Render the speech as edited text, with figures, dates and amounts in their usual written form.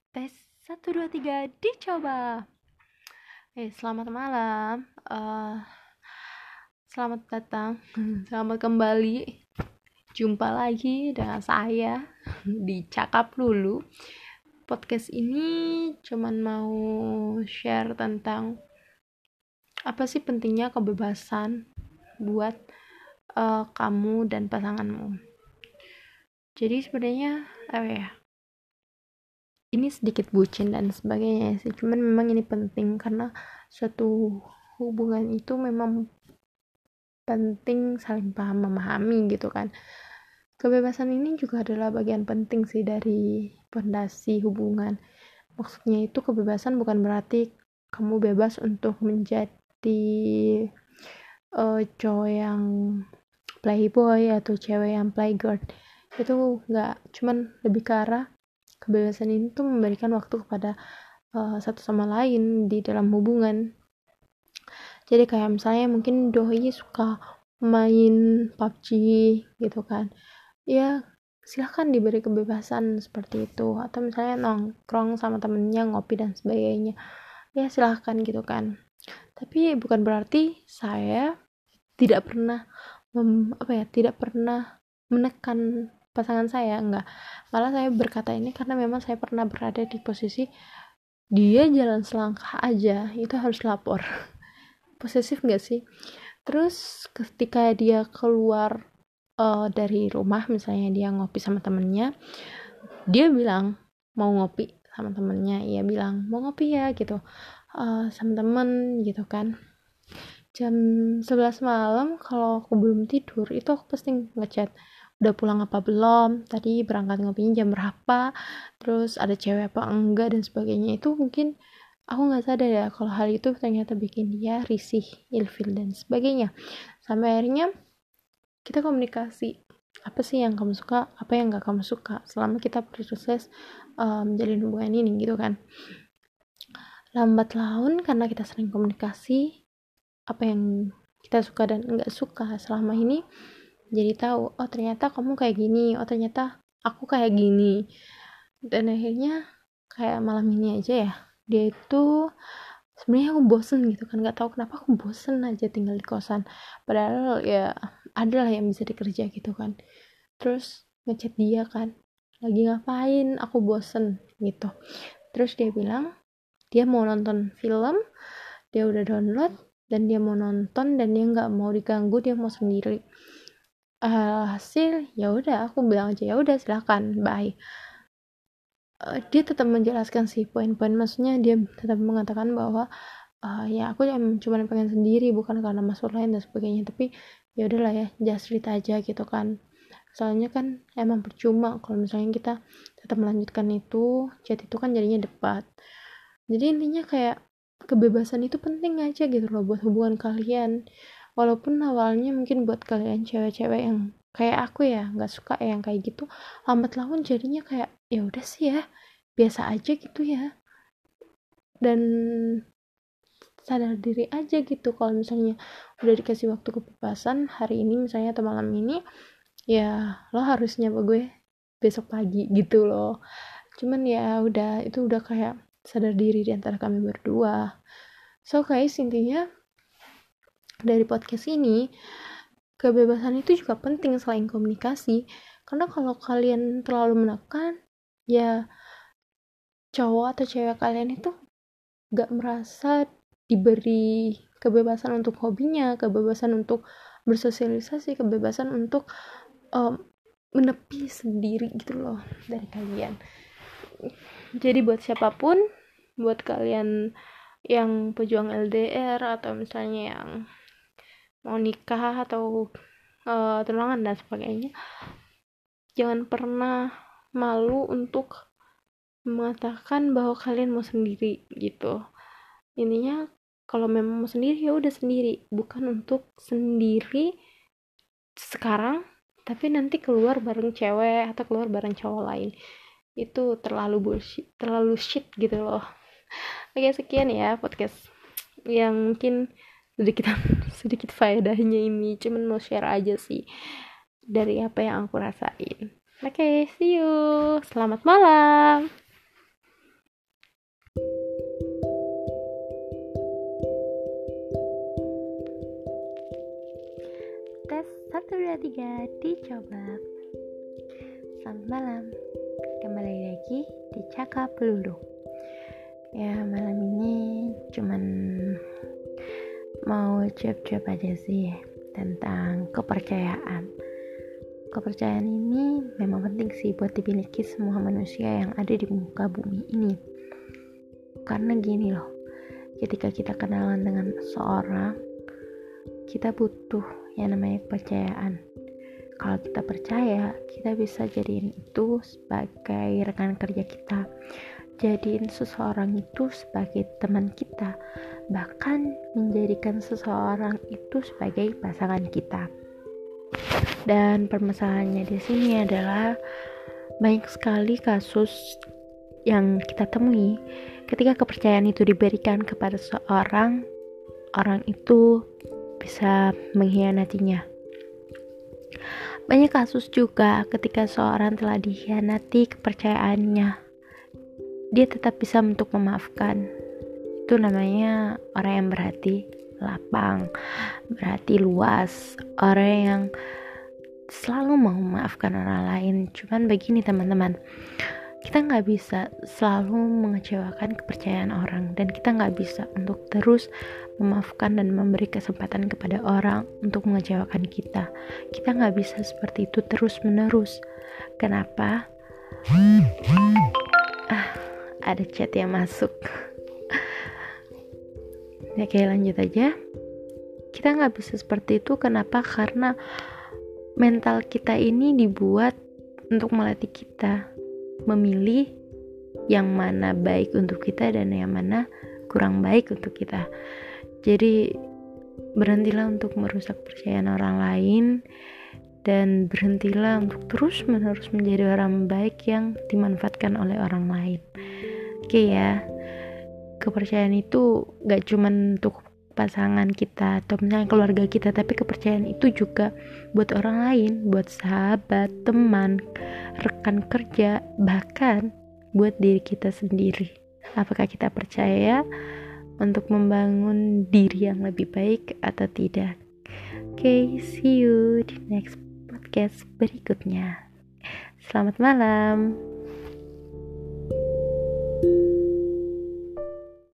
Tes 1, 2, 3 dicoba. Selamat malam. Selamat datang. Selamat kembali. Jumpa lagi dengan saya di Cakap Dulu. Podcast ini cuman mau share tentang apa sih pentingnya kebebasan buat kamu dan pasanganmu. Jadi sebenarnya ini sedikit bucin dan sebagainya sih, cuman memang ini penting karena suatu hubungan itu memang penting saling paham memahami gitu kan. Kebebasan ini juga adalah bagian penting sih dari fondasi hubungan. Maksudnya itu kebebasan bukan berarti kamu bebas untuk menjadi cowok yang playboy atau cewek yang playgirl. Itu enggak, cuman lebih ke arah kebebasan ini tuh memberikan waktu kepada satu sama lain di dalam hubungan. Jadi kayak misalnya mungkin doi suka main PUBG gitu kan, ya silahkan diberi kebebasan seperti itu. Atau misalnya nongkrong sama temennya, ngopi dan sebagainya, ya silahkan gitu kan. Tapi bukan berarti saya tidak pernah tidak pernah menekan pasangan saya, enggak. Malah saya berkata ini karena memang saya pernah berada di posisi dia jalan selangkah aja itu harus lapor. Posesif enggak sih? Terus ketika dia keluar dari rumah, misalnya dia ngopi sama temennya, dia bilang mau ngopi sama temennya, ia bilang mau ngopi ya gitu sama temen gitu kan. Jam 11 malam kalau aku belum tidur itu aku pasti ngechat, udah pulang apa belum, tadi berangkat ngopinya jam berapa, terus ada cewek apa enggak dan sebagainya. Itu mungkin aku nggak sadar ya kalau hal itu ternyata bikin dia risih, ilfil dan sebagainya. Sampai akhirnya kita komunikasi, apa sih yang kamu suka, apa yang nggak kamu suka selama kita proses menjalin hubungan ini gitu kan. Lambat laun karena kita sering komunikasi apa yang kita suka dan enggak suka selama ini, jadi tahu, oh ternyata kamu kayak gini, oh ternyata aku kayak gini. Dan akhirnya kayak malam ini aja ya, dia itu sebenarnya aku bosen gitu kan, nggak tahu kenapa aku bosen aja tinggal di kosan, padahal ya ada lah yang bisa dikerja gitu kan. Terus ngechat dia kan, lagi ngapain, aku bosen gitu. Terus dia bilang dia mau nonton film, dia udah download dan dia mau nonton dan dia nggak mau diganggu, dia mau sendiri. Hasil ya udah aku bilang aja ya udah silakan bye. Dia tetap menjelaskan sih poin-poin, maksudnya dia tetap mengatakan bahwa ya aku cuma pengen sendiri bukan karena maksud lain dan sebagainya, tapi ya udahlah ya just read aja gitu kan. Soalnya kan emang percuma kalau misalnya kita tetap melanjutkan itu, chat itu kan jadinya debat. Jadi intinya kayak kebebasan itu penting aja gitu loh buat hubungan kalian. Walaupun awalnya mungkin buat kalian cewek-cewek yang kayak aku ya nggak suka yang kayak gitu, lambat laun jadinya kayak ya udah sih ya biasa aja gitu ya, dan sadar diri aja gitu kalau misalnya udah dikasih waktu kebebasan hari ini misalnya atau malam ini, ya lo harus nyapa gue besok pagi gitu loh. Cuman ya udah, itu udah kayak sadar diri di antara kami berdua. So guys, intinya dari podcast ini, kebebasan itu juga penting selain komunikasi. Karena kalau kalian terlalu menekan, ya cowok atau cewek kalian itu gak merasa diberi kebebasan untuk hobinya, kebebasan untuk bersosialisasi, kebebasan untuk menepi sendiri gitu loh dari kalian. Jadi buat siapapun, buat kalian yang pejuang LDR atau misalnya yang mau nikah atau tunangan dan sebagainya, jangan pernah malu untuk mengatakan bahwa kalian mau sendiri gitu. Intinya kalau memang mau sendiri ya udah sendiri, bukan untuk sendiri sekarang tapi nanti keluar bareng cewek atau keluar bareng cowok lain. Itu terlalu bullshit, terlalu shit gitu loh. Oke, sekian ya podcast yang mungkin sedikit sedikit faedahnya ini, cuman mau share aja sih dari apa yang aku rasain. Oke, see you, selamat malam. 2, 3, dicoba. Selamat malam, kembali lagi di Cakap Lulu. Ya, malam ini cuman mau cuap-cuap aja sih tentang kepercayaan. Kepercayaan ini memang penting sih buat dimiliki semua manusia yang ada di muka bumi ini. Karena gini loh, ketika kita kenalan dengan seseorang, kita butuh yang namanya kepercayaan. Kalau kita percaya, kita bisa jadiin itu sebagai rekan kerja kita, jadiin seseorang itu sebagai teman kita, bahkan menjadikan seseorang itu sebagai pasangan kita. Dan permasalahannya di sini adalah banyak sekali kasus yang kita temui ketika kepercayaan itu diberikan kepada seseorang, orang itu bisa mengkhianatinya. Banyak kasus juga ketika seorang telah dikhianati kepercayaannya, dia tetap bisa untuk memaafkan. Itu namanya orang yang berhati lapang, berhati luas, orang yang selalu mau memaafkan orang lain. Cuman begini teman-teman, kita nggak bisa selalu mengecewakan kepercayaan orang, dan kita nggak bisa untuk terus memaafkan dan memberi kesempatan kepada orang untuk mengecewakan kita. Kita nggak bisa seperti itu terus menerus. Kenapa? Ada chat yang masuk. Oke, lanjut aja. Kita nggak bisa seperti itu. Kenapa? Karena mental kita ini dibuat untuk melatih kita memilih yang mana baik untuk kita dan yang mana kurang baik untuk kita. Jadi berhentilah untuk merusak kepercayaan orang lain, dan berhentilah untuk terus-menerus menjadi orang baik yang dimanfaatkan oleh orang lain. Oke ya, kepercayaan itu gak cuma untuk pasangan kita atau misalnya keluarga kita, tapi kepercayaan itu juga buat orang lain, buat sahabat, teman, rekan kerja, bahkan buat diri kita sendiri. Apakah kita percaya untuk membangun diri yang lebih baik atau tidak? Oke, see you di next podcast berikutnya. Selamat malam.